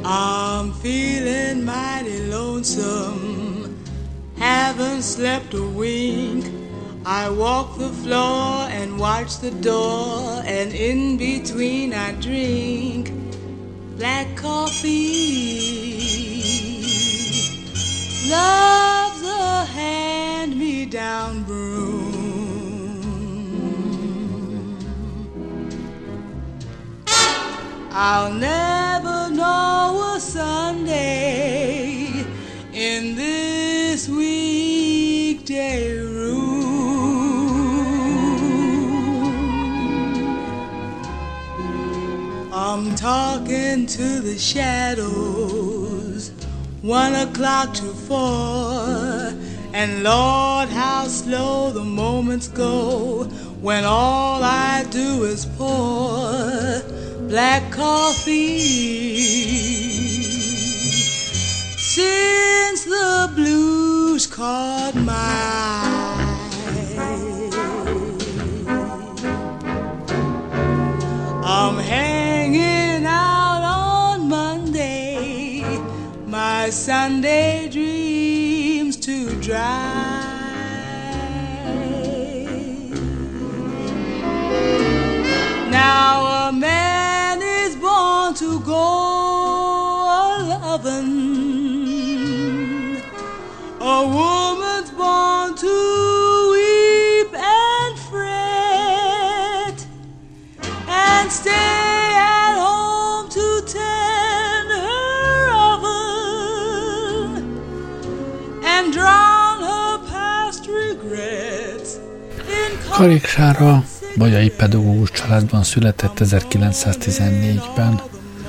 I'm feeling mighty lonesome, haven't slept a wink. I walk the floor and watch the door, and in between I drink black coffee. Love's a hand-me-down broom. I'll never know a Sunday in this weekday room. I'm talking to the shadows, 1 o'clock to 4, and Lord, how slow the moments go when all I do is pour black coffee. Since the blues caught my eye, I'm hanging out on Monday, my Sunday dreams to dry. Now a man is born to go a-lovin', a woman's born to weep and fret, and stay at home to tend her oven, and drown her past regrets in Karik Sára bajai pedagógus családban született 1914-ben.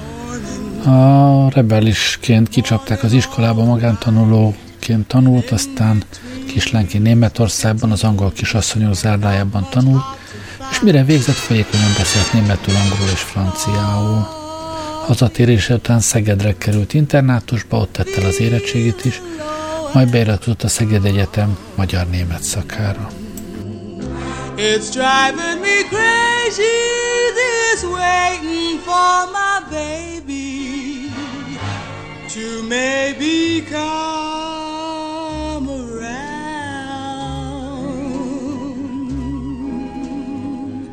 A rebelisként kicsapták az iskolába, magántanulóként tanult, aztán kislánként Németországban az angol kisasszonyok zárdájában tanult, és mire végzett, folyékonyan beszélt németül, angolul és franciául. Hazatérése után Szegedre került internátusba, ott tette el az érettségit is, majd beiratkozott a Szeged Egyetem magyar-német szakára. It's driving me crazy, this waiting for my baby to maybe come around.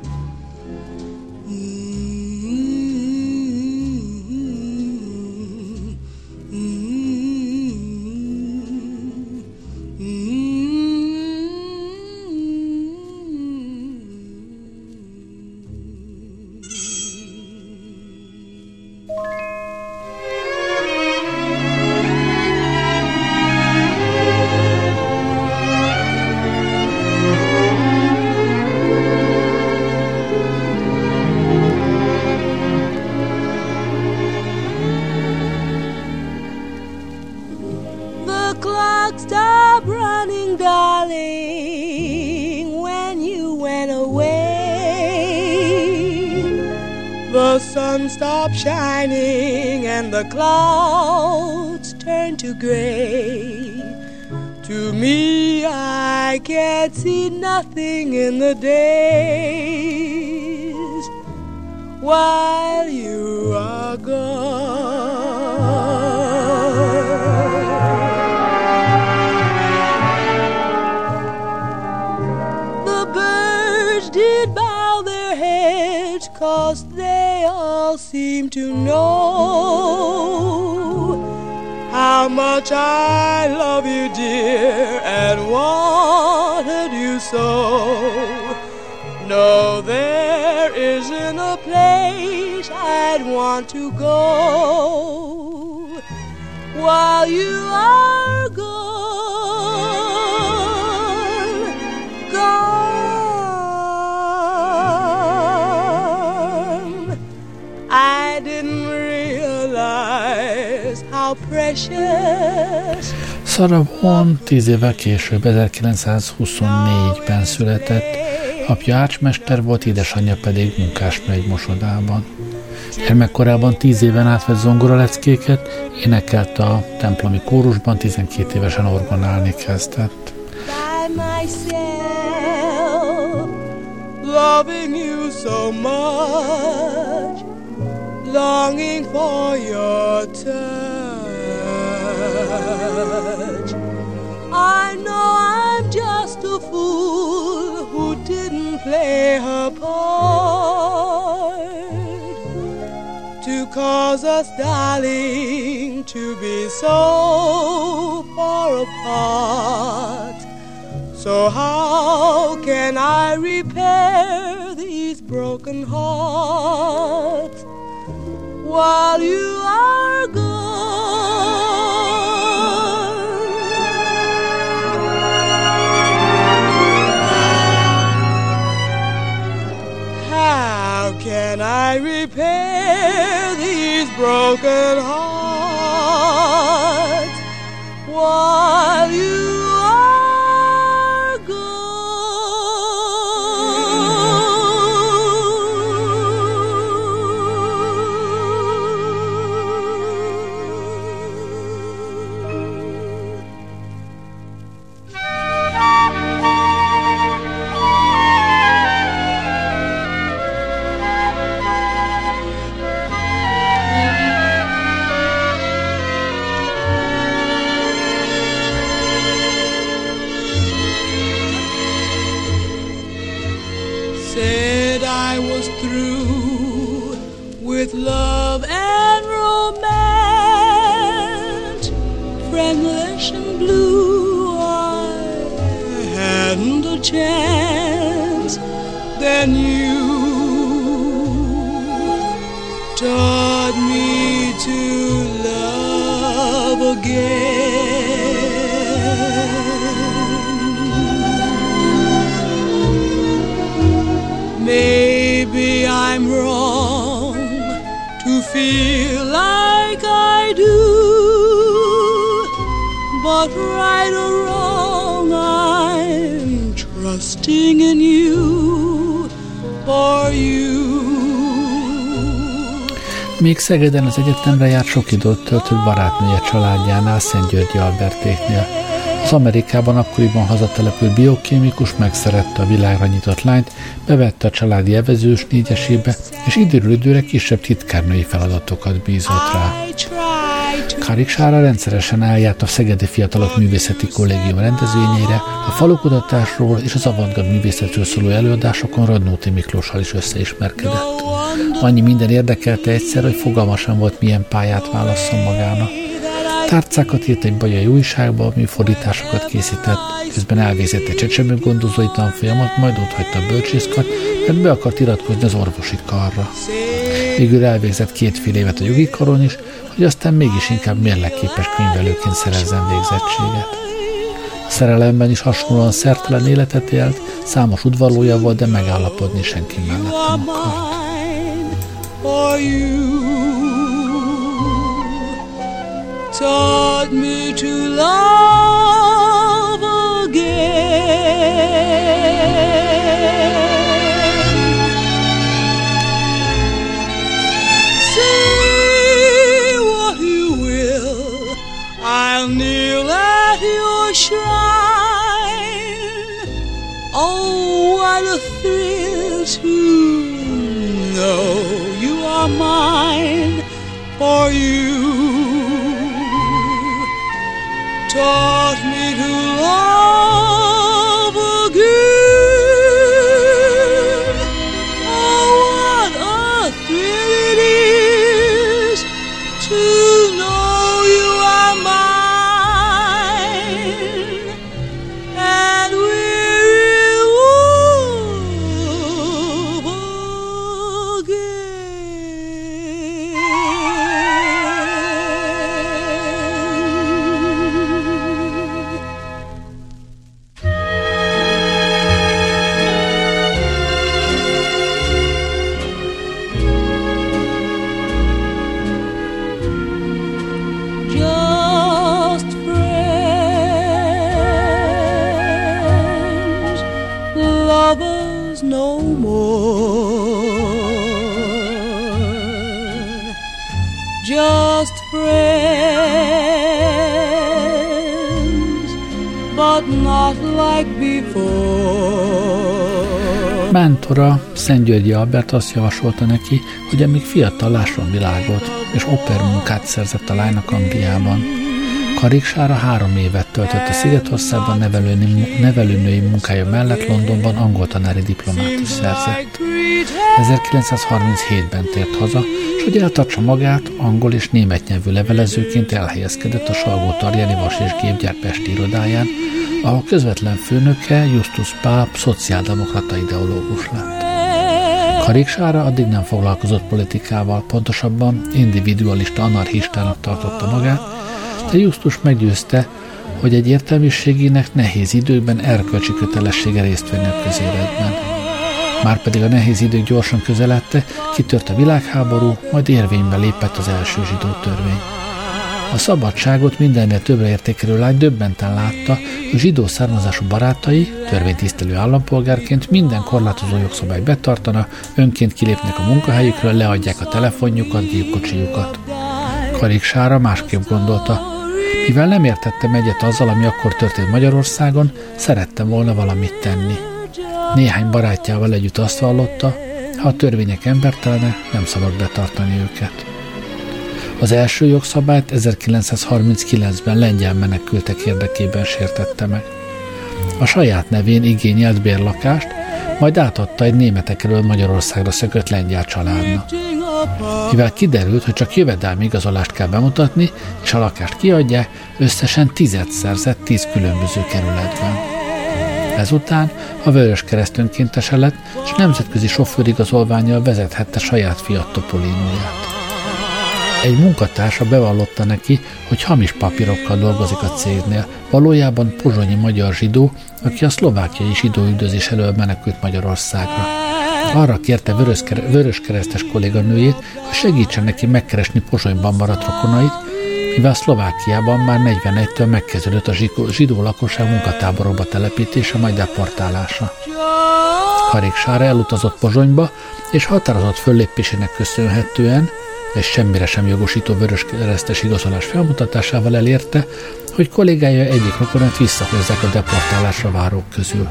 The sun stopped shining and the clouds turned to gray. To me, I can't see nothing in the days while you are gone. The birds did bow their heads 'cause they all seem to know how much I love you, dear, and wanted you so. No, there isn't a place I'd want to go while you are gone, gone. I didn't realize how precious. Sarah Vaughan 10 évvel később, 1924-ben született. Apja ácsmester volt, édesanyja pedig munkásnő egy mosodában. Gyermekkorában 10 éven át vett zongoraleckéket, énekelt a templomi kórusban, 12 évesen orgonálni kezdett. Loving you so much, longing for your touch. I know I'm just a fool who didn't play her part to cause us, darling, to be so far apart. So how can I repair these broken hearts while you are gone? How can I repair these broken hearts while you are gone? Said I was through with love and romance, friendless and blue, I hadn't a chance. Then you taught me to love again. Maybe I'm wrong to feel like I do, but right or wrong, I'm trusting in you, for you. Még Szegeden az egyetemre járt, sok időt töltött barátnője családjánál, Szentgyörgyi Albertéknél. Az Amerikában akkoriban hazatelepült biokémikus megszerette a világra nyitott lányt, bevette a családi evezős négyesébe, és időről időre kisebb titkárnői feladatokat bízott rá. Káriksára rendszeresen eljárt a Szegedi Fiatalok Művészeti Kollégium rendezvényeire, a falukutatásról és az avantgárd művészetről szóló előadásokon Radnóti Miklóssal is összeismerkedett. Annyi minden érdekelte egyszer, hogy fogalma sem volt, milyen pályát válasszon magának. Tárcákat írt egy bajai újságba, műfordításokat készített, közben elvégzett egy csecsemőgondozói tanfolyamat, majd otthagyta a bölcsészkart, mert be akart iratkozni az orvosi karra. Végül elvégzett 2 évet a jogi karon is, hogy aztán mégis inkább mérlekképes könyvelőként szerezzen végzettséget. A szerelemben is hasonlóan szertelen életet élt, számos udvarlója volt, de megállapodni senki mellett nem akart. Taught me to love again. Say what you will, I'll kneel at your shrine. Oh, what a thrill to know you are mine, for you taught me to love again. Oh, what a thrill it is to know you are mine, and we're in love again. Lovers no more, just friends, but not like before. Mentora, Szentgyörgyi Albert azt javasolta neki, hogy amíg fiatal lásson világot, és opermunkát szerzett a lánynak Angliában. Kariksára 3 évet töltött a Szigetországban nevelőnői munkája mellett Londonban angol tanári diplomát is szerzett. 1937-ben tért haza, és hogy eltartsa magát, angol és német nyelvű levelezőként elhelyezkedett a Salgó-Tarjáni Vas- és Gépgyár pesti irodáján, ahol közvetlen főnöke Justus Páp szociáldemokrata ideológus lett. Kariksára addig nem foglalkozott politikával, pontosabban individualista anarchistának tartotta magát, de Justus meggyőzte, hogy egy értelmiségének nehéz időkben erkölcsi kötelessége részt venni a közéletben. Márpedig a nehéz idők gyorsan közeledte, kitört a világháború, majd érvénybe lépett az első zsidó törvény. A szabadságot mindennél többre értékelő lány döbbenten látta, hogy zsidó származású barátai, törvénytisztelő állampolgárként minden korlátozó jogszabályt betartanak, önként kilépnek a munkahelyükről, leadják a telefonjukat, gépkocsijukat. Kariksára másképp gondolta. Mivel nem értettem egyet azzal, ami akkor történt Magyarországon, szerettem volna valamit tenni. Néhány barátjával együtt azt vallotta, ha a törvények embertelenek, nem szabad betartani őket. Az első jogszabályt 1939-ben lengyel menekültek érdekében sértette meg. A saját nevén igényelt bérlakást, majd átadta egy németek elől Magyarországra szökött lengyel családnak. Mivel kiderült, hogy csak jövedelmi igazolást kell bemutatni, és a lakást kiadják, összesen 10 szerzett 10 különböző kerületben. Ezután a Vöröskereszt önkéntese lett, és nemzetközi sofőrigazolvánnyal vezethette saját Fiat Topolinóját. Egy munkatársa bevallotta neki, hogy hamis papírokkal dolgozik a cégnél, valójában pozsonyi magyar zsidó, aki a szlovákiai zsidóüldözés elől menekült Magyarországra. Arra kérte vöröskeresztes kolléganőjét, hogy segítsen neki megkeresni Pozsonyban maradt rokonait, mivel Szlovákiában már 41-től megkezdődött a zsidó lakosság munkatáborokba telepítése, majd deportálása. Kariksára elutazott Pozsonyba, és határozott föllépésének köszönhetően, és semmire sem jogosító vöröskeresztes igazolás felmutatásával elérte, hogy kollégája egyik rokonát visszahozzák a deportálásra várók közül.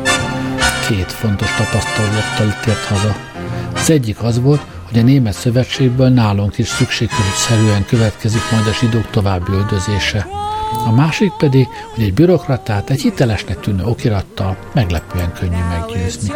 2 fontos tapasztalattal tért haza. Az egyik az volt, hogy a Német Szövetségből nálunk is szükségszerűen következik majd a zsidók további üldözése. A másik pedig, hogy egy bürokratát egy hitelesnek tűnő okirattal meglepően könnyű meggyőzni.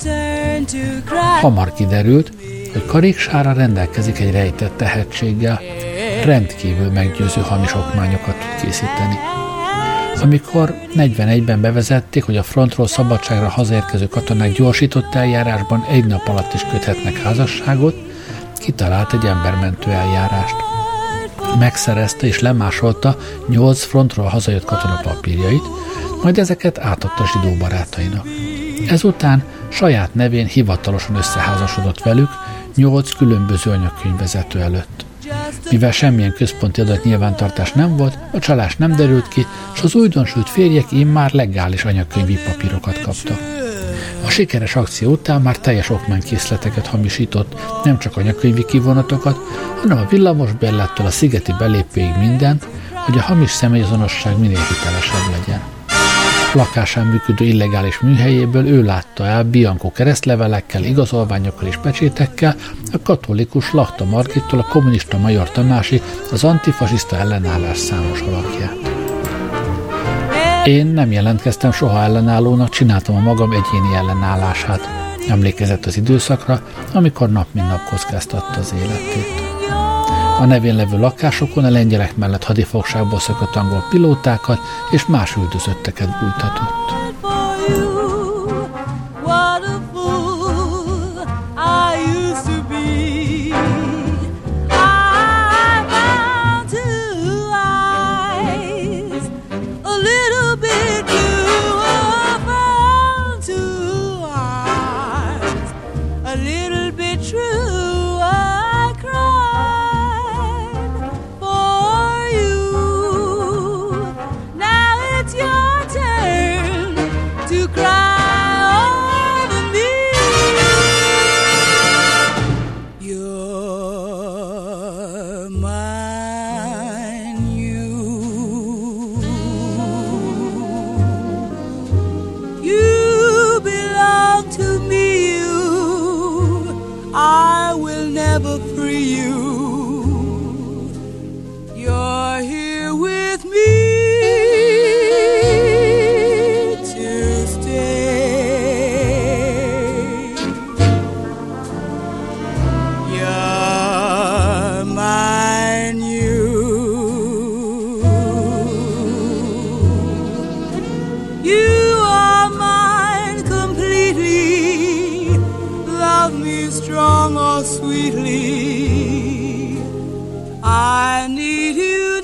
Hamar kiderült, hogy Kariksára rendelkezik egy rejtett tehetséggel, rendkívül meggyőző hamis okmányokat tud készíteni. Amikor 41-ben bevezették, hogy a frontról szabadságra hazaérkező katonák gyorsított eljárásban 1 nap alatt is köthetnek házasságot, kitalált egy embermentő eljárást. Megszerezte és lemásolta 8 frontról hazajött katona papírjait, majd ezeket átadta zsidó barátainak. Ezután saját nevén hivatalosan összeházasodott velük 8 különböző anyakönyvvezető előtt. Mivel semmilyen központi adatnyilvántartás nem volt, a csalás nem derült ki, és az újdonsült férjek immár legális anyakönyvi papírokat kaptak. A sikeres akció után már teljes okmánykészleteket hamisított, nem csak anyakönyvi kivonatokat, hanem a villamosbérlettől a szigeti belépőig mindent, hogy a hamis személyazonosság minél hitelesebb legyen. Lakásán működő illegális műhelyéből ő látta el bianco keresztlevelekkel, igazolványokkal és pecsétekkel a katolikus Lachta Margittól a kommunista Major Tamásig az antifasiszta ellenállás számos alakját. Én nem jelentkeztem soha ellenállónak, csináltam a magam egyéni ellenállását. Emlékezett az időszakra, amikor nap mint nap kockáztatta az életét. A nevén levő lakásokon a lengyelek mellett hadifogságból szökött angol pilótákat és más üldözötteket bújtatott. Now it's your turn. I need you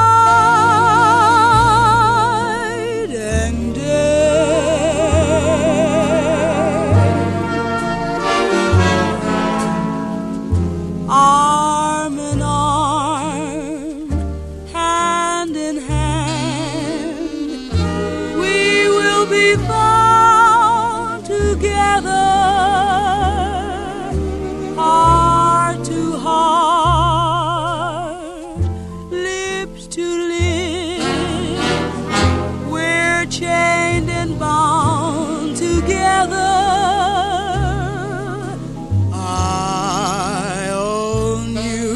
night and day. Arm in arm, hand in hand, we will be found together, heart to heart, lips to lips. We're chained and bound together. I own you.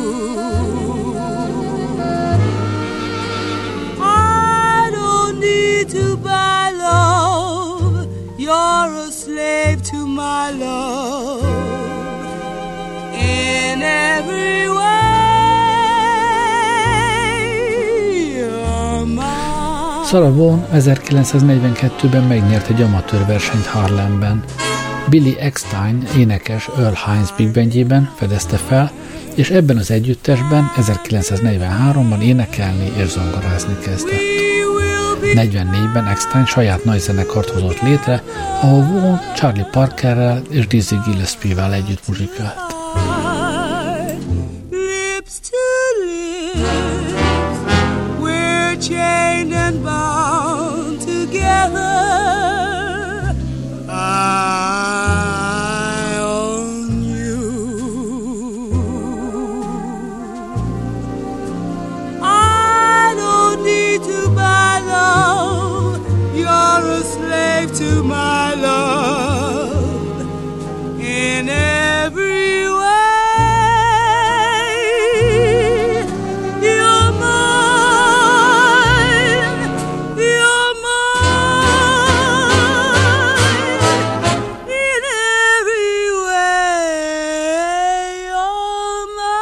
I don't need to buy love. You're a slave to my love. In every way, you're mine. Sarah Vaughan 1942-ben megnyert egy amatőr versenyt Harlemben. Billy Eckstine énekes Earl Hines Big Bandjében fedezte fel, és ebben az együttesben 1943-ban énekelni és zongorázni kezdett. 44-ben Eckstine saját nagy zenekart hozott létre, ahol Vaughan Charlie Parkerrel és Dizzy Gillespie-vel együtt muzsikált. Lips to lips, we're chained and bound together. I own you. I don't need to buy love. You're a slave to my love. In every way, you're mine. You're mine. In every way, you're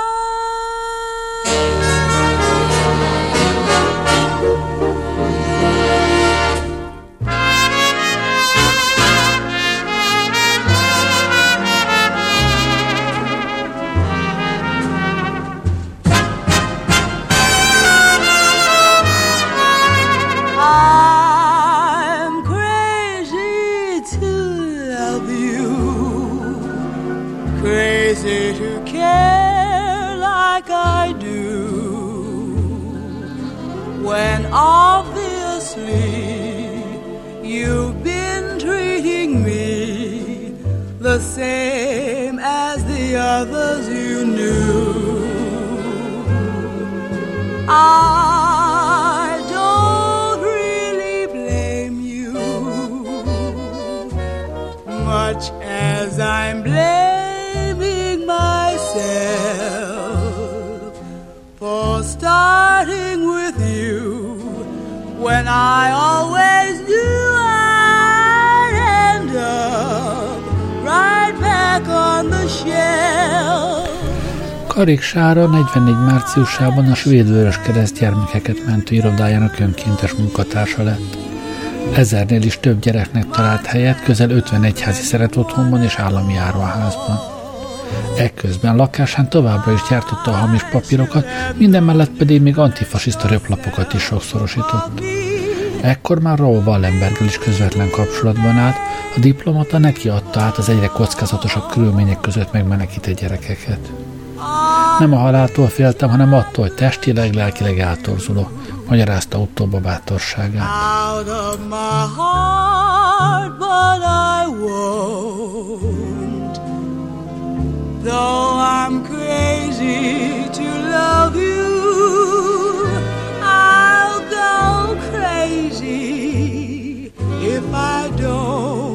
I'm crazy to love you, crazy to care like I do, when obviously you've been treating me the same as the others you knew. I don't really blame you, much as I'm blaming myself for starting with you when I always knew I'd end up right back on the shelf. Karik Sára 44 márciusában a Svéd Vöröskereszt gyermekeket mentő irodájának önkéntes munkatársa lett. 1000-nél is több gyereknek talált helyet közel 50 egyházi szeretotthonban és állami járóházban. Ekközben lakásán továbbra is gyártotta a hamis papírokat, mindemellett pedig még antifasiszta röplapokat is sokszorosított. Ekkor már Raoul Wallenberggel is közvetlen kapcsolatban állt, a diplomata neki adta át az egyre kockázatosabb körülmények között megmenekített gyerekeket. Nem a haláltól féltem, hanem attól, hogy testileg, lelkileg eltorzulok, magyarázta utóbb a bátorságát. Out of my heart, but I won't. Though I'm crazy to love you, I'll go crazy if I don't.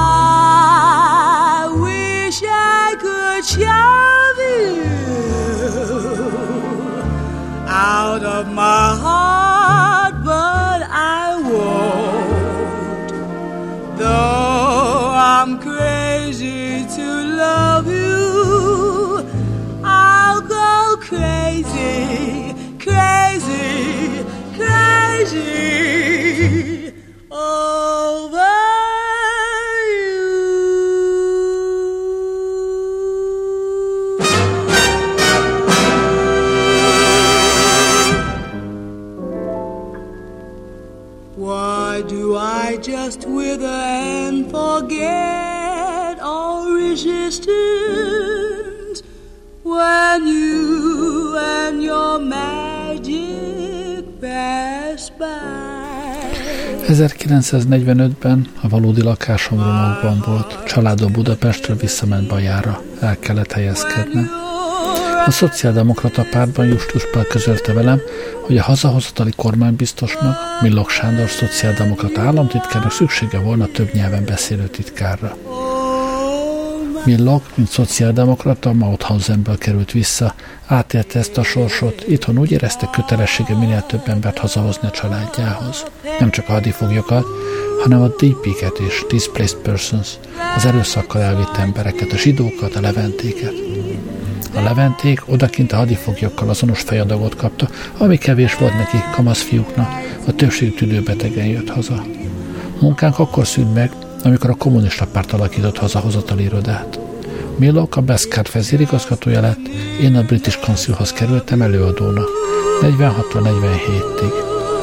Charm you crazy, crazy, crazy over you. Why do I just wither and forget all resistance when you and your magic pass by? 1945-ben a valódi lakásom romokban volt. Családom Budapestről visszament Bajára. El kellett helyezkednem. A Szociáldemokrata Pártban Justus Pál közölte velem, hogy a hazahozatali kormánybiztosnak, Millog Sándor szociáldemokrata államtitkárnak szüksége volna több nyelven beszélő titkárra. Millog, mint szociáldemokrata, Mauthausenből került vissza, átélte ezt a sorsot, itthon úgy érezte kötelessége minél több embert hazahozni a családjához. Nem csak a hadifoglyokat, hanem a DP-ket és Displaced Persons, az erőszakkal elvitt embereket, a zsidókat, a leventéket. A leventék odakint a hadifoglyokkal azonos fejadagot kapta, ami kevés volt neki, kamaszfiúknak, a többségük tüdőbetegen jött haza. Munkánk akkor szűnt meg, amikor a kommunista párt alakított hazahozatali irodát. Millog a Best vezérigazgatója lett, én a British Councilhoz kerültem előadónak, 46-tól 47-ig.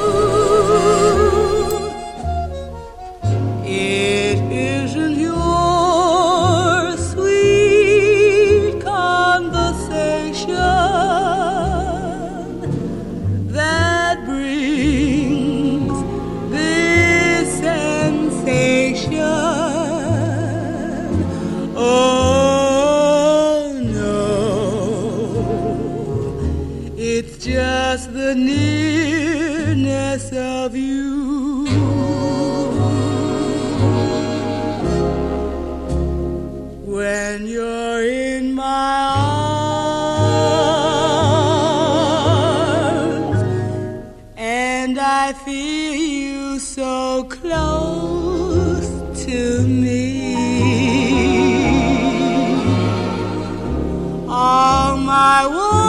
The nearness of you. When you're in my arms and I feel you so close to me, all my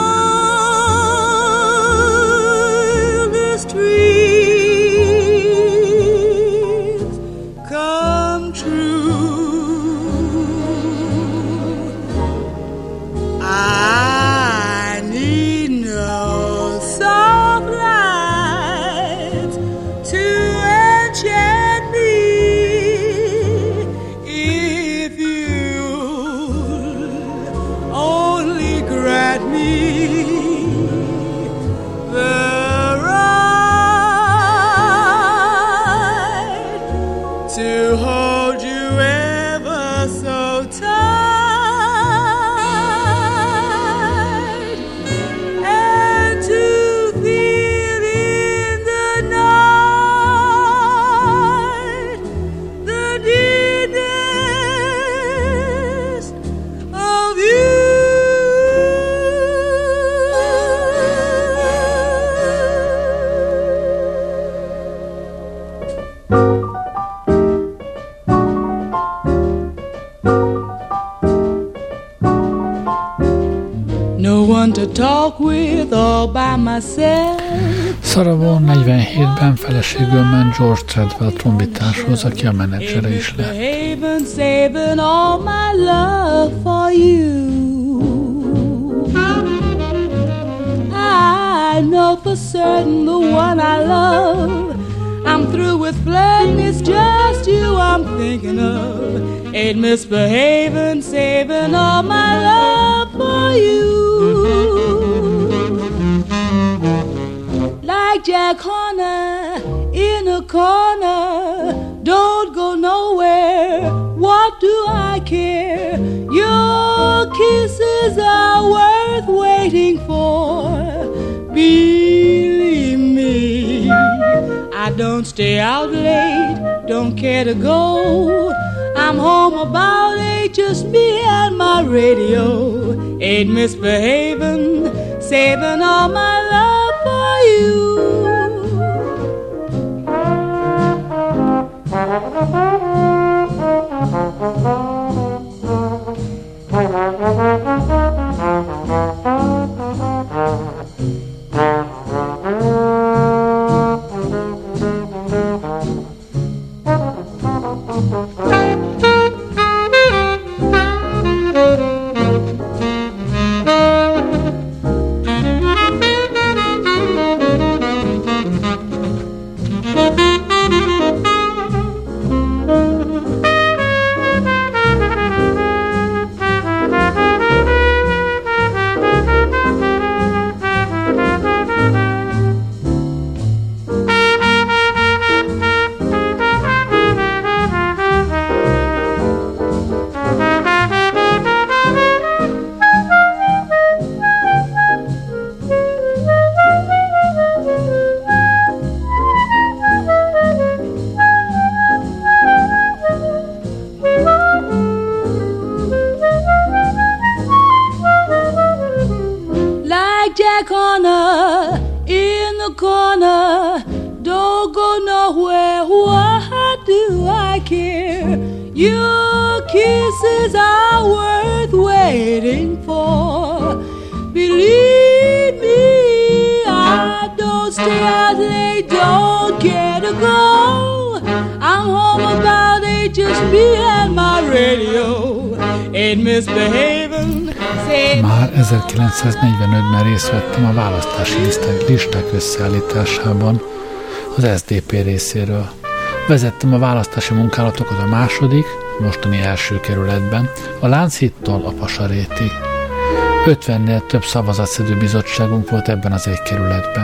Szaravon 47-ben feleségül ment George Treadwell trombitáshoz, aki a menedzsere is lett. I know for certain the one I love. I'm through with flirting, it's just you I'm thinking of. Ain't misbehaving, saving all my love for you. Like Jack Horner in a corner, don't go nowhere, what do I care? Your kisses are worth waiting for, believe me. I don't stay out late, don't care to go. I'm home about 8, just me and my radio. Ain't misbehaving, saving all my love for you. Jack Horner in the corner. Don't go nowhere, what do I care? Your kisses are worth waiting for. Believe me, I don't stay out late, don't care to go. I'm home about 8, just me and my radio. Ain't misbehaving. Már 1945-ben részt vettem a választási listák összeállításában az SDP részéről. Vezettem a választási munkálatokat a második, mostani első kerületben, a Lánchídtól a Pasarétig. 50-nél több szavazatszedő bizottságunk volt ebben az egy kerületben.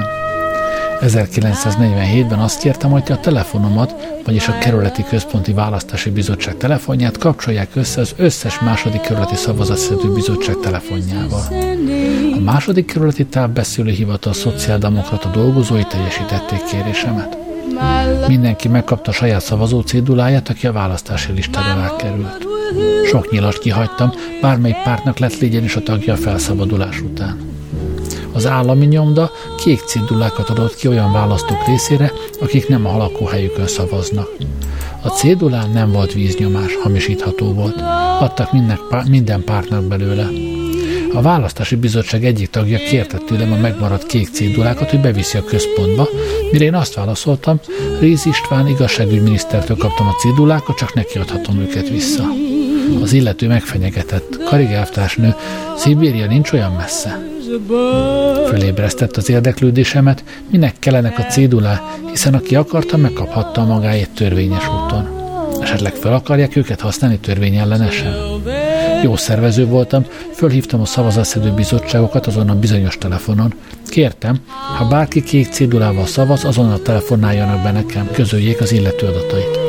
1947-ben azt kértem, hogy a telefonomat, vagyis a kerületi központi választási bizottság telefonját kapcsolják össze az összes második kerületi szavazatszedő bizottság telefonjával. A második kerületi távbeszélő hivatal szociáldemokrata dolgozói teljesítették kérésemet. Mindenki megkapta a saját szavazó céduláját, aki a választási listára rákerült. Sok nyilast kihagytam, bármelyik pártnak lett légyen is a tagja a felszabadulás után. Az állami nyomda kék cédulákat adott ki olyan választók részére, akik nem a lakóhelyükön szavaznak. A cédulán nem volt víznyomás, hamisítható volt. Adtak minden pártnak belőle. A választási bizottság egyik tagja kérte tőlem a megmaradt kék cédulákat, hogy beviszi a központba, mire én azt válaszoltam, Réz István igazságügyminisztertől kaptam a cédulákat, csak neki adhatom őket vissza. Az illető megfenyegetett. Karig elvtársnő, Szibéria nincs olyan messze. Fölébresztett az érdeklődésemet, minek kellenek a cédulá, hiszen aki akarta, megkaphatta magáét törvényes úton. Esetleg fel akarják őket használni törvényellenesen? Jó szervező voltam, fölhívtam a szavazatszedő bizottságokat azon a bizonyos telefonon. Kértem, ha bárki kék cédulával szavaz, azonnal telefonáljanak be nekem, közöljék az illető adatait.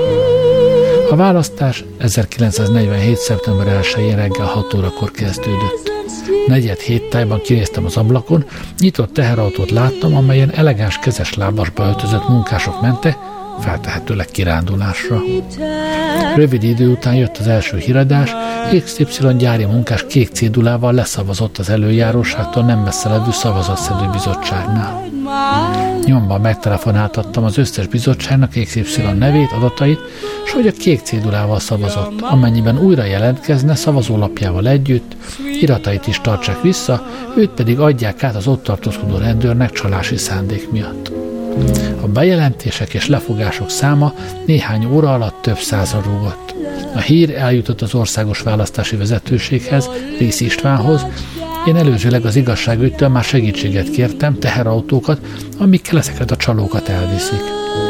A választás 1947. szeptember 1-én reggel 6 órakor kezdődött. 4:07 tájban kinéztem az ablakon, nyitott teherautót láttam, amelyen elegáns kezes lábasba öltözött munkások mentek, feltehetőleg kirándulásra. Rövid idő után jött az első híradás, XY gyári munkás kék cédulával leszavazott az előjáróságtól nem messze levő szavazatszedő bizottságnál. Nyomban megtelefonáltattam az összes bizottságnak XY nevét, adatait, s hogy a kék cédulával szavazott, amennyiben újra jelentkezne szavazólapjával együtt, iratait is tartsák vissza, őt pedig adják át az ott tartózkodó rendőrnek csalási szándék miatt. A bejelentések és lefogások száma néhány óra alatt több százra rúgott. A hír eljutott az országos választási vezetőséghez, Réz Istvánhoz. Én előzőleg az igazságügytől már segítséget kértem, teherautókat, amikkel ezeket a csalókat elviszik.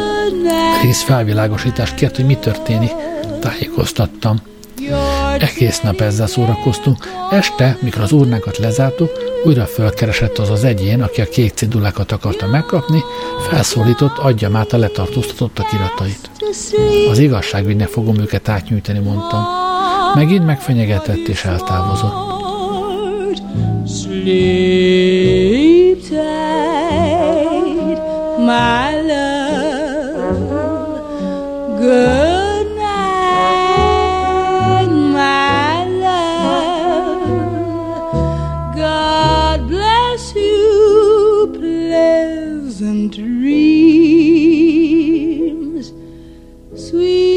Réz felvilágosítást kért, hogy mi történik. Tájékoztattam. Egész nap ezzel szórakoztunk. Este, mikor az urnákat lezártuk, újra fölkeresett az egyén, aki a kék cédulákat akarta megkapni, felszólított, adjam át a letartóztatottak iratait. Az igazságügynek fogom őket átnyújtani, mondtam. Megint megfenyegetett és eltávozott. Sleep tight, my love. Good night, my love. God bless you, pleasant dreams, sweet.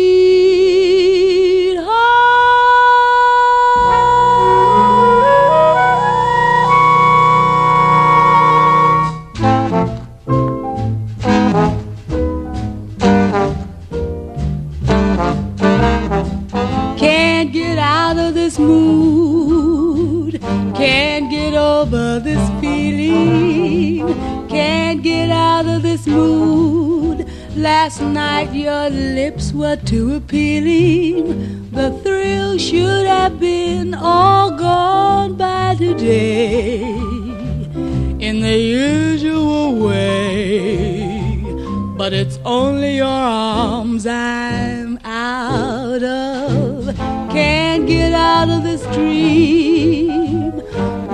Mood, can't get over this feeling, can't get out of this mood. Last night your lips were too appealing, the thrill should have been all gone by today, in the usual way, but it's only your arms I'm out of. Can't get out of this dream.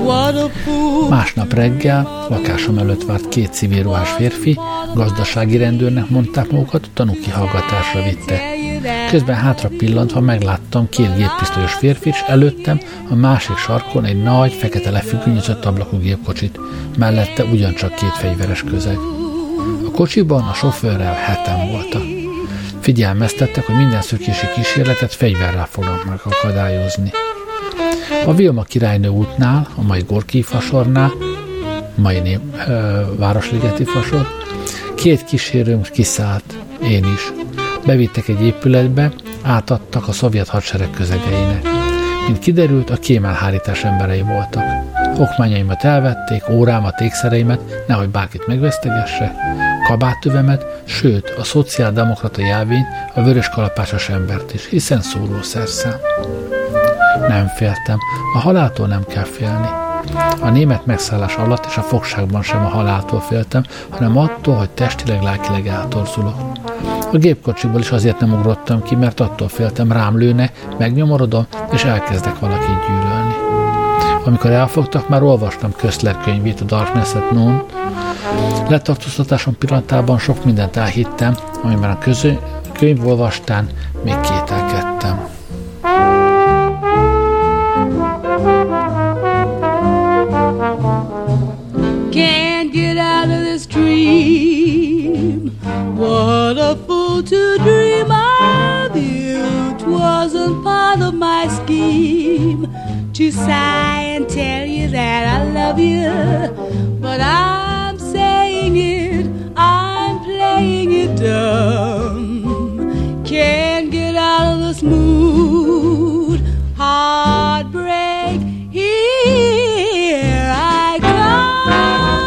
Másnap reggel lakásom előtt várt 2 civil ruhás férfi, gazdasági rendőrnek mondták magukat, tanúkihallgatásra vitte. Közben hátra pillantva megláttam 2 géppisztolyos férfit, és előttem a másik sarkon egy nagy, fekete lefüggönyözött ablakú gépkocsit, mellette ugyancsak 2 fegyveres közeg. A kocsiban a sofőrrel 7-en voltak. Figyelmeztettek, hogy minden szökési kísérletet fegyverrel fognak megakadályozni. A Vilma királynő útnál, a mai Gorki fasornál, mai Városligeti fasor, 2 kísérőnk kiszállt, én is. Bevittek egy épületbe, átadtak a szovjet hadsereg közegeinek. Mint kiderült, a kémelhárítás emberei voltak. Okmányaimat elvették, órámat, ékszereimet, nehogy bárkit megvesztegesse, kabáttövemet, sőt, a szociáldemokrata jelvény, a vörös kalapásos embert is, hiszen szórószerszám. Nem féltem, a haláltól nem kell félni. A német megszállás alatt és a fogságban sem a haláltól féltem, hanem attól, hogy testileg, lelkileg eltorzulok. A gépkocsiból is azért nem ugrottam ki, mert attól féltem, rám lőne, megnyomorodom, és elkezdek valakit gyűlölni. Amikor elfogtak, már olvastam Köszler könyvét, a Darkness at Noon. Letartóztatásom pillanatában sok mindent elhittem, amiben a könyv olvastán még kételkedtem. Can't get out of this dream. What a fool to dream of you. 'Twasn't part of my scheme to sigh and tell you that I love you. But I'm saying it, I'm playing it dumb. Can't get out of this mood. Heartbreak, here I come.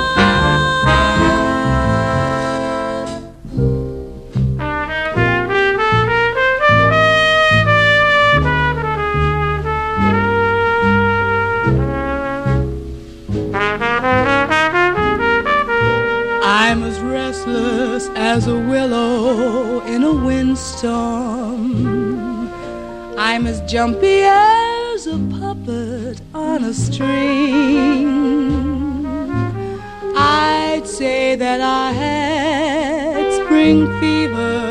I'm as restless as a willow in a windstorm. I'm as jumpy as a puppet on a string. I'd say that I had spring fever,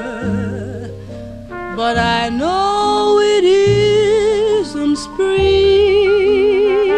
but I know it isn't spring.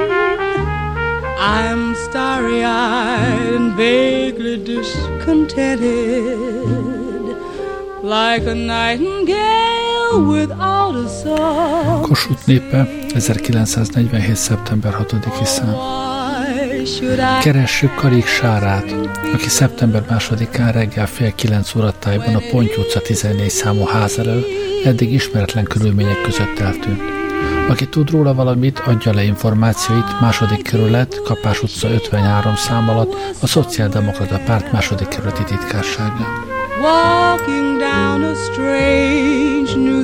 I'm starry-eyed and vaguely discontented, like a nightingale without a song. Kossuth népe, 1947. szeptember 6-i szám. Keressük Karik Sárát, aki szeptember 2-án reggel fél 9 óra tájban a Ponty utca 14 számú ház elől eddig ismeretlen körülmények között eltűnt. Aki tud róla valamit, adja le információit, második kerület, Kapás utca 53 szám alatt a Szociáldemokrata Párt második kerületi titkárságán. Walking down a strange new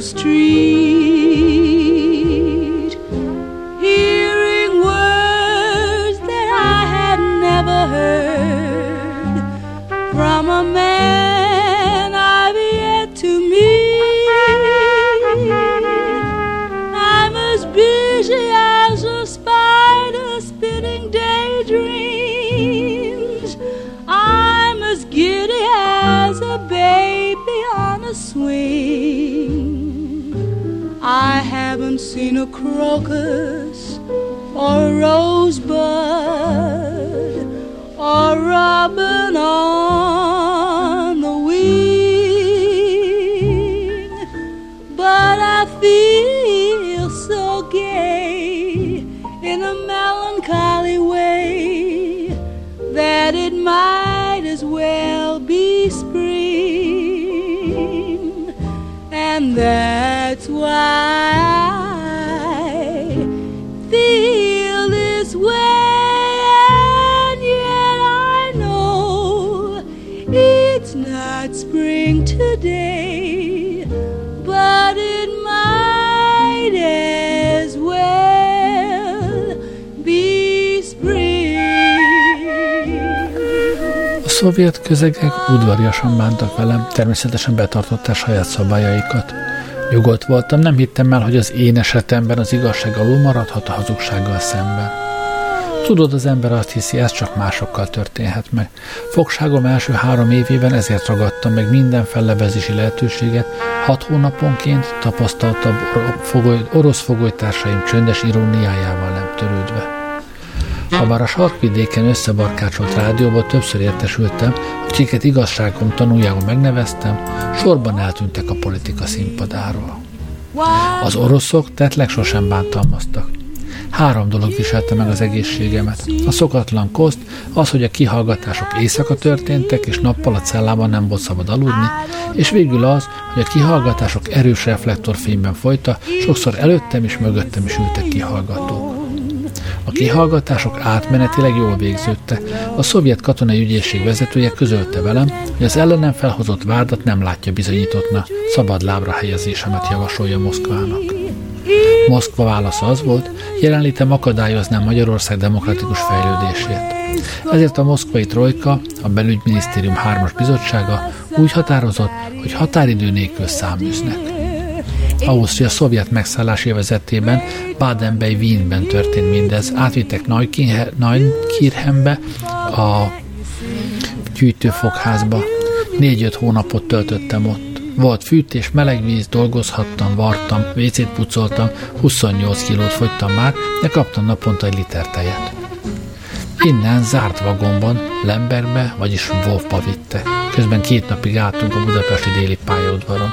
street, hearing words that I had never heard from a man I've yet to meet. I'm as busy as a spider spinning daydreams. I'm as giddy as a baby on a swing. I haven't seen a crocus or a rosebud or robin on the wing, but I feel so gay in a melancholy way that it might as well be spring, and that's why I feel this way, and yet I know it's not spring today, but it might as well be spring. A szovjet közegek udvariasan bántak velem, természetesen betartották saját szabályaikat. Nyugodt voltam, nem hittem el, hogy az én esetemben az igazság alul maradhat a hazugsággal szemben. Tudod, az ember azt hiszi, ez csak másokkal történhet meg. Fogságom első 3 évében ezért ragadtam meg minden fellebezési lehetőséget, 6 hónaponként tapasztaltabb orosz fogolytársaim csöndes iróniájával nem törődve. Habár a sarkvidéken összebarkácsolt rádióból többször értesültem, akiket igazságom tanújául megneveztem, sorban eltűntek a politika színpadáról. Az oroszok tettleg sosem bántalmaztak. 3 dolog viselte meg az egészségemet. A szokatlan koszt, az, hogy a kihallgatások éjszaka történtek, és nappal a cellában nem volt szabad aludni, és végül az, hogy a kihallgatások erős reflektorfényben folytak, sokszor előttem és mögöttem is ültek kihallgatók. A kihallgatások átmenetileg jól végződtek. A szovjet katonai ügyészség vezetője közölte velem, hogy az ellenem felhozott vádat nem látja bizonyítottnak, szabad lábra helyezésemet javasolja Moszkvának. Moszkva válasza az volt, jelenlétem akadályozná Magyarország demokratikus fejlődését. Ezért a moszkvai trojka, a belügyminisztérium 3-as bizottsága úgy határozott, hogy határidő nélkül száműznek. Ausztria szovjet megszállási övezetében, Baden-bei Wienben történt mindez. Átvittek Neunkirchenbe, a gyűjtőfogházba. 4-5 hónapot töltöttem ott. Volt fűtés, meleg víz, dolgozhattam, vartam, vécét pucoltam, 28 kilót fogytam már, de kaptam naponta 1 liter tejet. Innen zárt vagonban, Lembergbe, vagyis Wolfba vitte. Közben 2 napig álltunk a budapesti déli pályaudvaron.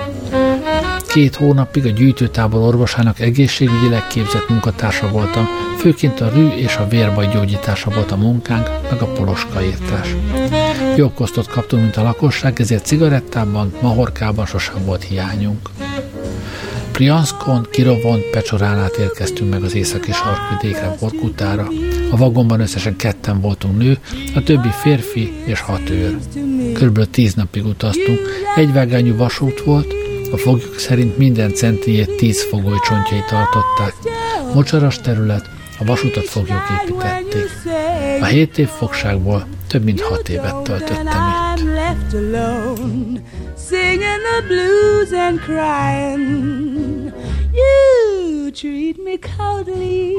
2 hónapig a gyűjtőtábor orvosának egészségügyileg képzett munkatársa voltam, főként a rű és a vérbaj gyógyítása volt a munkánk, meg a poloskaírtás. Jobb kosztot kaptunk, mint a lakosság, ezért cigarettában, mahorkában sosem volt hiányunk. Prianszkon, Kirovon, Pecsorán át érkeztünk meg az északi sarkvidékre, Vorkutára. A vagonban összesen 2 voltunk nő, a többi férfi és 6 őr. Körülbelül 10 napig utaztunk, 1 vágányú vasút volt, a foglyok szerint minden centijét 10 fogoly csontjai tartották. Mocsaras terület, a vasutat foglyok építették. A 7 év fogságból több mint 6 évet töltöttem itt. Singing the blues and crying, you treat me coldly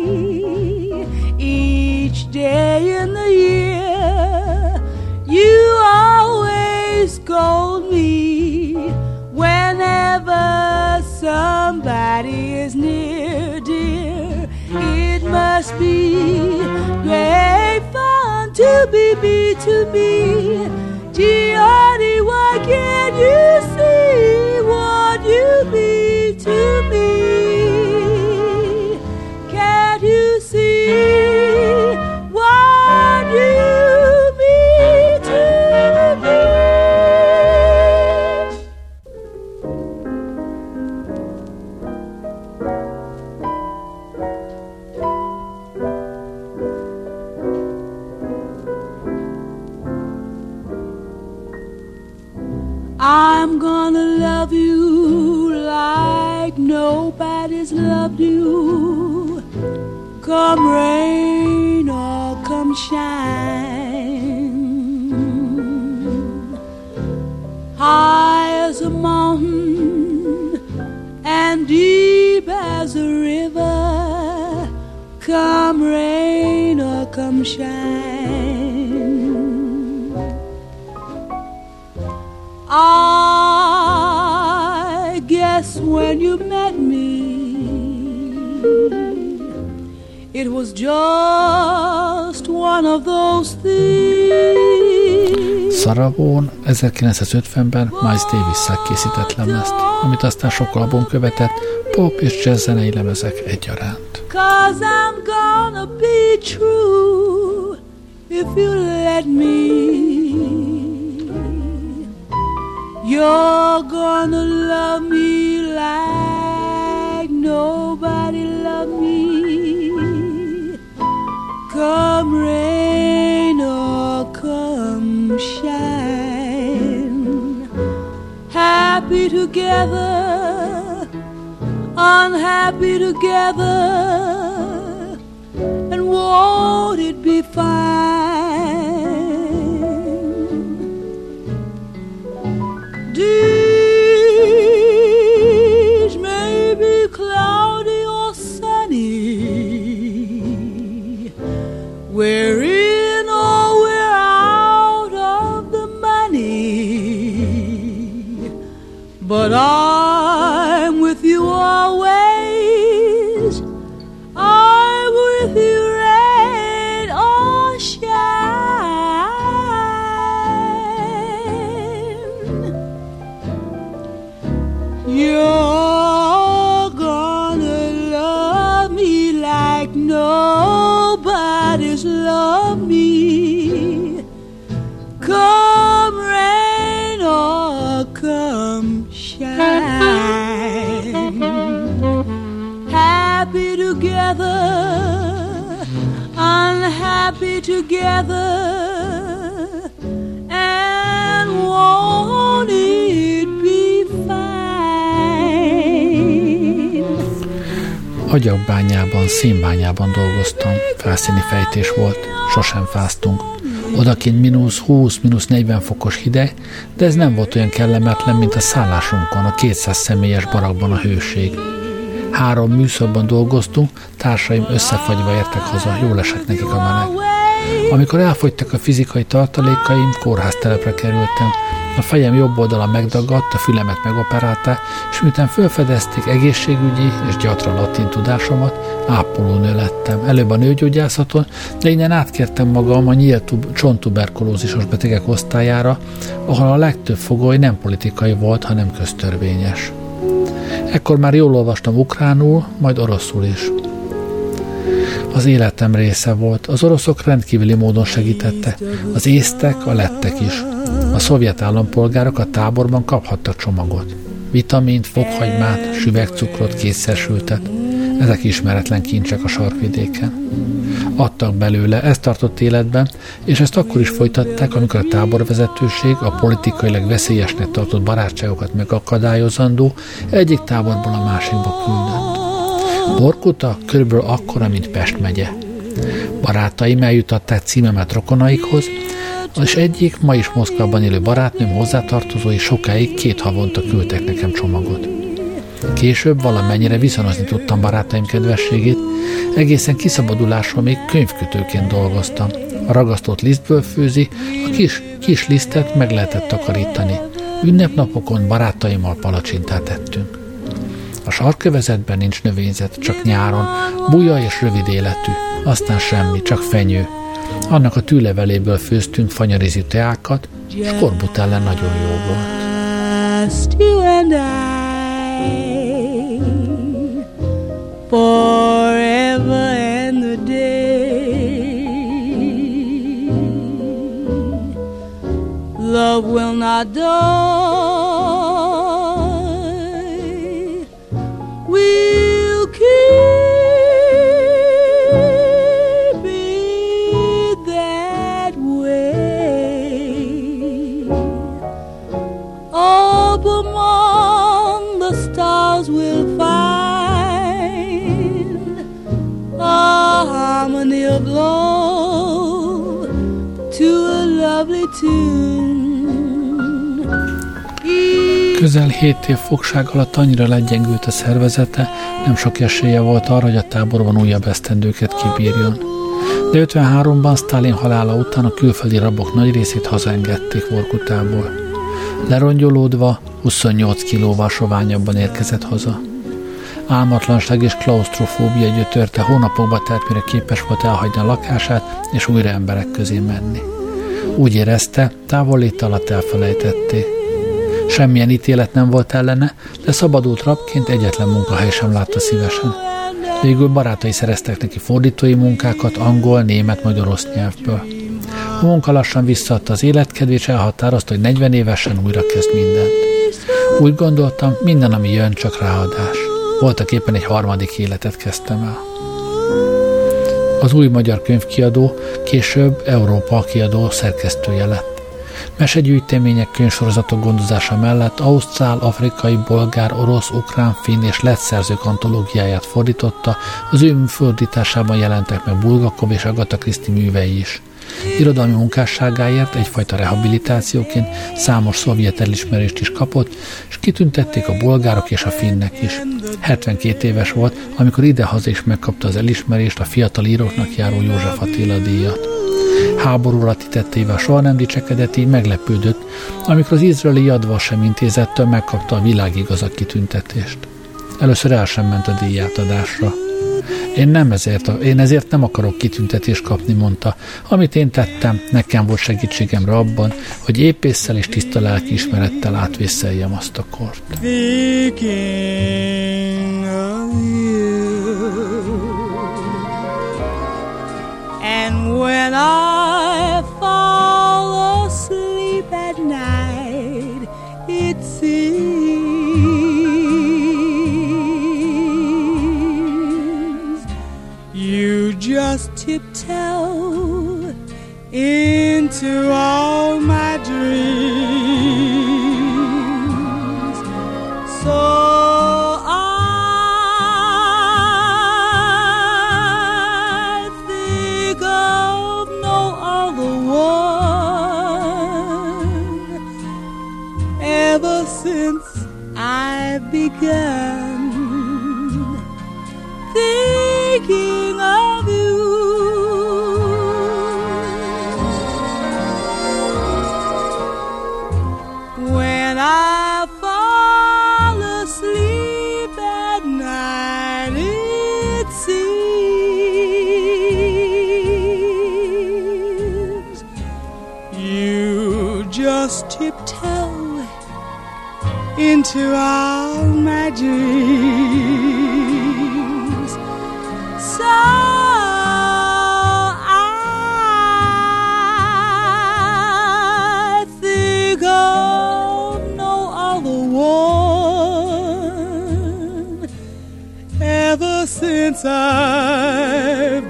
each day in the year. You always scold me whenever somebody is near, dear. It must be great fun to be to me. Gee, honey, why can't you see what you be to me? Can't you see what you be to me? I'm gonna love you like nobody's loved you, come rain or come shine. High as a mountain and deep as a river, come rain or come shine. I guess when you met me, it was just one of those things. Szaravón 1950-ben Miles Davis-szel készített lemezt, amit aztán sok album követett, pop és jazz zenei lemezek egyaránt. 'Cause I'm gonna be true if you let me. You're gonna love me like nobody loved me. Come rain or come shine. Happy together, unhappy together, and won't it be fine? Days may be cloudy or sunny, but I'm with you always. I'm with you, rain or shine. You're gonna love me like nobody's loved me. Come rain or come shine. Happy together, unhappy together, and won't it be fine? Agyagbányában, szénbányában dolgoztam, felszíni fejtés volt, sosem fáztunk. Odakint -20, -40 fokos hideg, de ez nem volt olyan kellemetlen, mint a szállásunkon, a 200 személyes barakban a hőség. 3 műszakban dolgoztunk, társaim összefagyva értek haza, jól esett nekik a meleg. Amikor elfogytak a fizikai tartalékaim, kórháztelepre kerültem. A fejem jobb oldala megdagadt, a fülemet megoperálták, és miután felfedezték egészségügyi és gyatra latin tudásomat, ápolónő lettem. Előbb a nőgyógyászaton, de innen átkértem magam a nyílt csonttuberkulózisos betegek osztályára, ahol a legtöbb fogoly nem politikai volt, hanem köztörvényes. Ekkor már jól olvastam ukránul, majd oroszul is. Az életem része volt. Az oroszok rendkívüli módon segítettek, az észtek, a lettek is. A szovjet állampolgárok a táborban kaphattak csomagot. Vitamint, fokhagymát, süvegcukrot, készszersültet. Ezek ismeretlen kincsek a sarkvidéken. Adtak belőle, ezt tartott életben, és ezt akkor is folytatták, amikor a táborvezetőség a politikailag veszélyesnek tartott barátságokat megakadályozandó egyik táborból a másikba küldött. Vorkuta körülbelül akkora, mint Pest megye. Barátaim eljutatták címemet rokonaikhoz, és egyik ma is Moszkvában élő barátnőm hozzátartozói sokáig 2 havonta küldtek nekem csomagot. Később valamennyire viszonozni tudtam barátaim kedvességét, egészen kiszabadulásomig könyvkötőként dolgoztam. A ragasztott lisztből főzi, a kis lisztet meg lehetett takarítani. Ünnepnapokon barátaimmal palacsintát ettünk. A sarkövezetben nincs növényzet, csak nyáron, buja és rövid életű, aztán semmi, csak fenyő. Annak a tűleveléből főztünk fanyarizű teákat, s korbut ellen nagyon jó volt. Forever and the day, love will not die, we'll keep it that way. Up among the stars we'll find a harmony of love to a lovely tune. Közel 7 év fogság alatt annyira legyengült a szervezete, nem sok esélye volt arra, hogy a táborban újabb esztendőket kibírjon. De 53-ban Sztálin halála után a külföldi rabok nagy részét hazaengedték Vorkutából. Lerongyolódva 28 kilóval soványabban érkezett haza. Álmatlanság és klausztrofóbia gyötörte, hónapokba telt, mire képes volt elhagyni a lakását és újra emberek közé menni. Úgy érezte, távolléte alatt elfelejtették. Semmilyen ítélet nem volt ellene, de szabadult rabként egyetlen munkahely sem látta szívesen. Végül barátai szereztek neki fordítói munkákat angol, német, majd orosz nyelvből. A munka lassan visszaadta az életkedvét, és elhatározta, hogy 40 évesen újra kezd mindent. Úgy gondoltam, minden, ami jön, csak ráadás. Voltak éppen egy harmadik életet kezdtem el. Az új magyar könyvkiadó később Európa kiadó szerkesztője lett. Mesegyűjtemények, könyvsorozatok gondozása mellett ausztrál, afrikai, bolgár, orosz, ukrán, finn és lett szerzők antológiáját fordította, az ő fordításában jelentek meg Bulgakov és Agatha Christie művei is. Irodalmi munkásságáért egyfajta rehabilitációként számos szovjet elismerést is kapott, és kitüntették a bolgárok és a finnek is. 72 éves volt, amikor idehaza is megkapta az elismerést, a fiatal íróknak járó József Attila díjat. Háború alatti tetteivel soha nem dicsekedett, így meglepődött, amikor az izraeli Yad Vashem intézettől megkapta a világigazak kitüntetést. Először el sem ment a díjátadásra. Én ezért nem akarok kitüntetést kapni, mondta. Amit én tettem, nekem volt segítségemre abban, hogy épésszel és tiszta lelkiismerettel átvészeljem azt a kort. And when I fall asleep at night, it seems you just tiptoe into all my dreams. So since I've begun thinking of you, when I fall asleep at night, it seems you just tiptoe into all my dreams. So I think of no other one ever since I've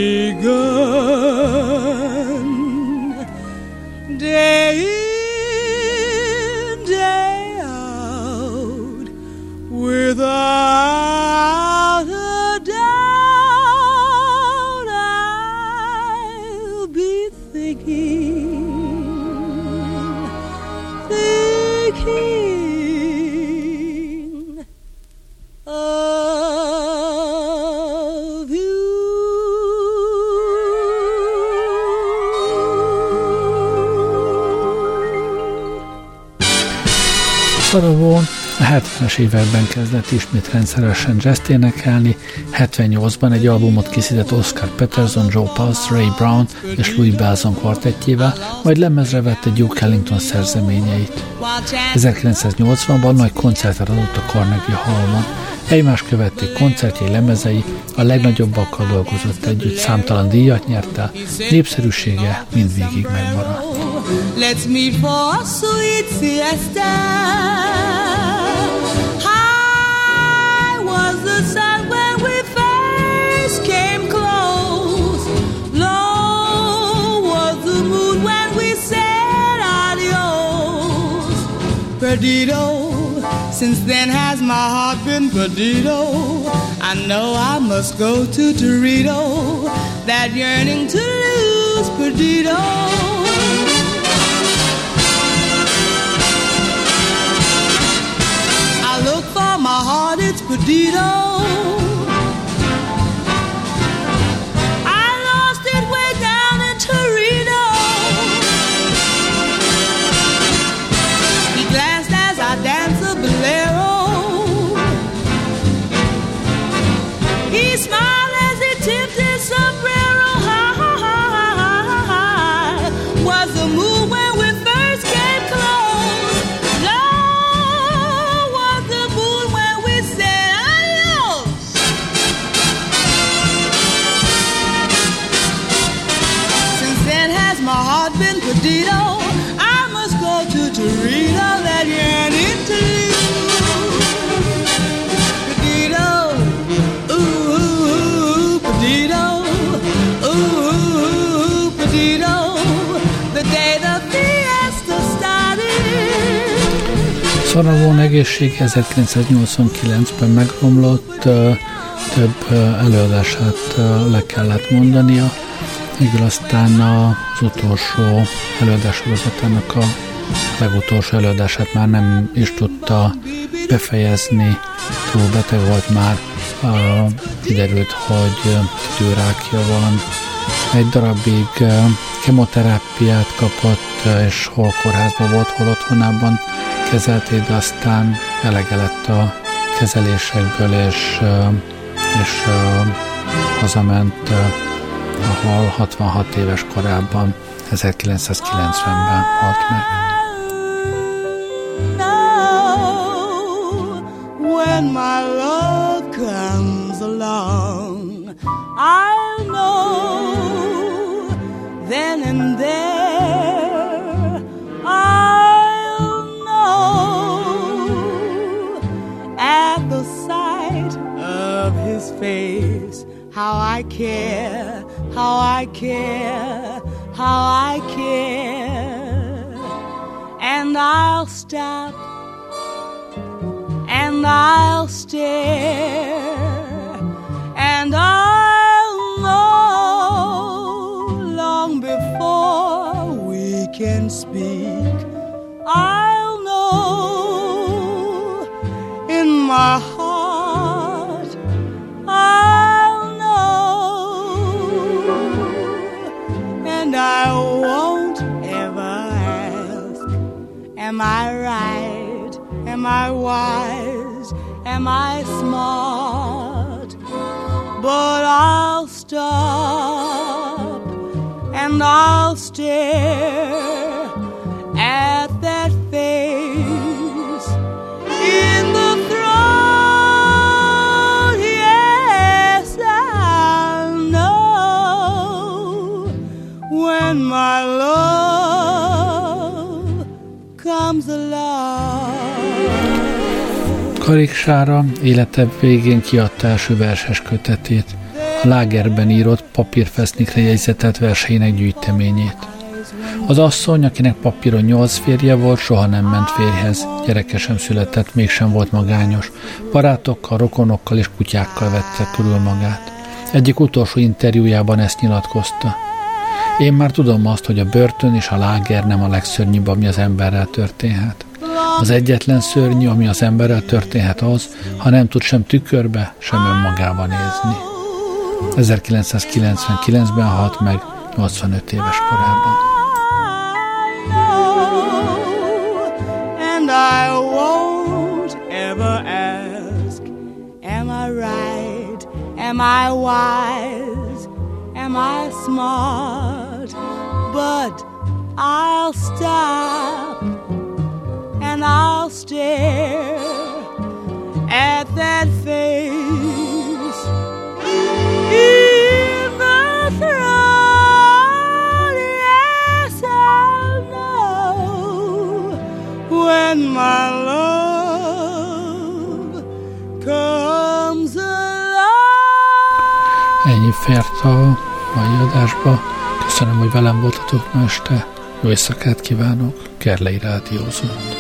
begun. Day without a doubt, I'll be thinking of you. Szaravón a 70-es években kezdett ismét rendszeresen jazzt énekelni, 78-ban egy albumot készített Oscar Peterson, Joe Pass, Ray Brown és Louis Bellson kvartettjével, majd lemezre vette Duke Ellington szerzeményeit. 1980-ban nagy koncertet adott a Carnegie Hallon. Egymást követték koncertjei, lemezei, a legnagyobbakkal dolgozott együtt, számtalan díjat nyert el, népszerűsége mindvégig megmaradt. Let's meet for a sweet siesta. High was the sun when we first came close. Low was the moon when we said adios. Perdido, since then has my heart been perdido. I know I must go to Torito, that yearning to lose perdido. My heart, it's perdido. I lost it way down in Torito. He glanced as I danced a bolero. He smiled as he tipped his sombrero. High was the moon when we first came close. Low was the moon when we said adios. Since then has my heart been perdido. I must go to Torito, that yearning to lose. Perdido, ooh, perdido, ooh, perdido. The day the fiesta started. Szaravón egészsége 1989-ben megromlott, több előadását le kellett mondania, végül aztán az utolsó előadássorozatának a legutolsó előadását már nem is tudta befejezni, túl beteg volt már, kiderült, hogy tüdőrákja van, egy darabig kemoterápiát kapott, és hol kórházban volt, hol otthonában kezelték, de aztán elege lett a kezelésekből, és hazament, ahol 66 éves korában, 1990-ben halt meg. When my love comes along, I'll know then and there, I'll know at the sight of his face, how I care, how I care, how I care. And I'll stop and I'll stare, and I'll know long before we can speak. I'll know in my heart, I'll know, and I won't ever ask, am I right? Am I wise? Am I smart? But I'll stop and I'll stare at that face in the throne. Yes, I'll know when my love comes along. Karik Sára élete végén kiadta első verses kötetét, a lágerben írott papírfesznikre jegyzetelt verseinek gyűjteményét. Az asszony, akinek papíron 8 férje volt, soha nem ment férjhez, gyereke sem született, mégsem volt magányos. Barátokkal, rokonokkal és kutyákkal vette körül magát. Egyik utolsó interjújában ezt nyilatkozta. Én már tudom azt, hogy a börtön és a láger nem a legszörnyűbb, ami az emberrel történhet. Az egyetlen szörnyű, ami az emberrel történhet az, ha nem tud sem tükörbe, sem önmagába nézni. 1999-ben halt meg, 85 éves korában. And I won't ever ask, am I right? Am I wise? Am I smart? But I'll stop and I'll stare at that face in the throne. Yes, I'll know when my love comes along. Ennyi fért a mai adásba. Köszönöm, hogy velem voltatok ma este. Jó éjszakát kívánok. Gerlei rádiózott.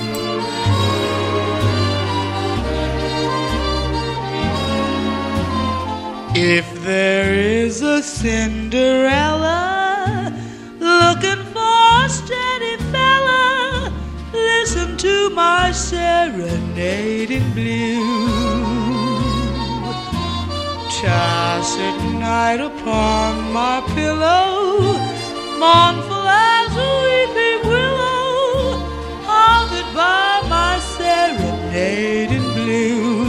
If there is a Cinderella looking for a steady fella, listen to my serenade in blue. Toss at night upon my pillow, mournful as a weeping willow, haunted by my serenade in blue.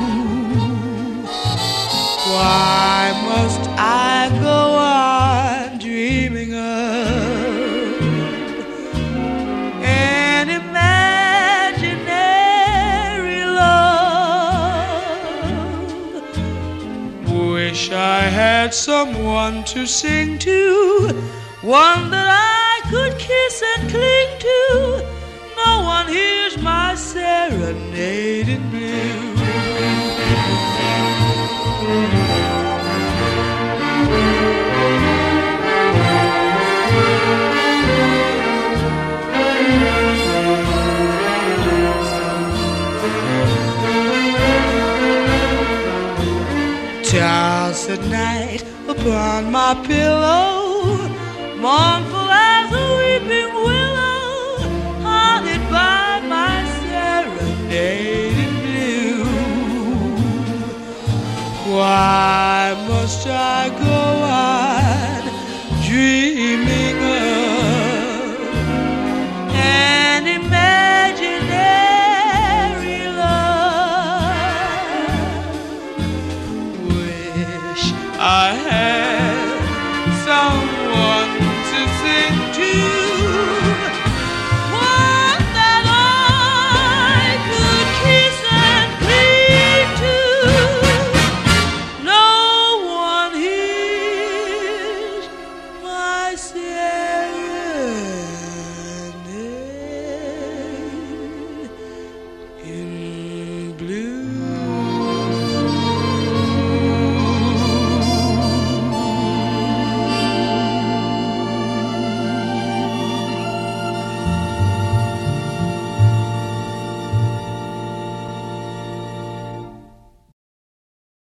Why must I go on dreaming of an imaginary love? Wish I had someone to sing to, one that I could kiss and cling to. No one hears my serenade in blue. Toss at night upon my pillow, mournful as a weeping willow, haunted by my serenade in blue. Why must I go on blue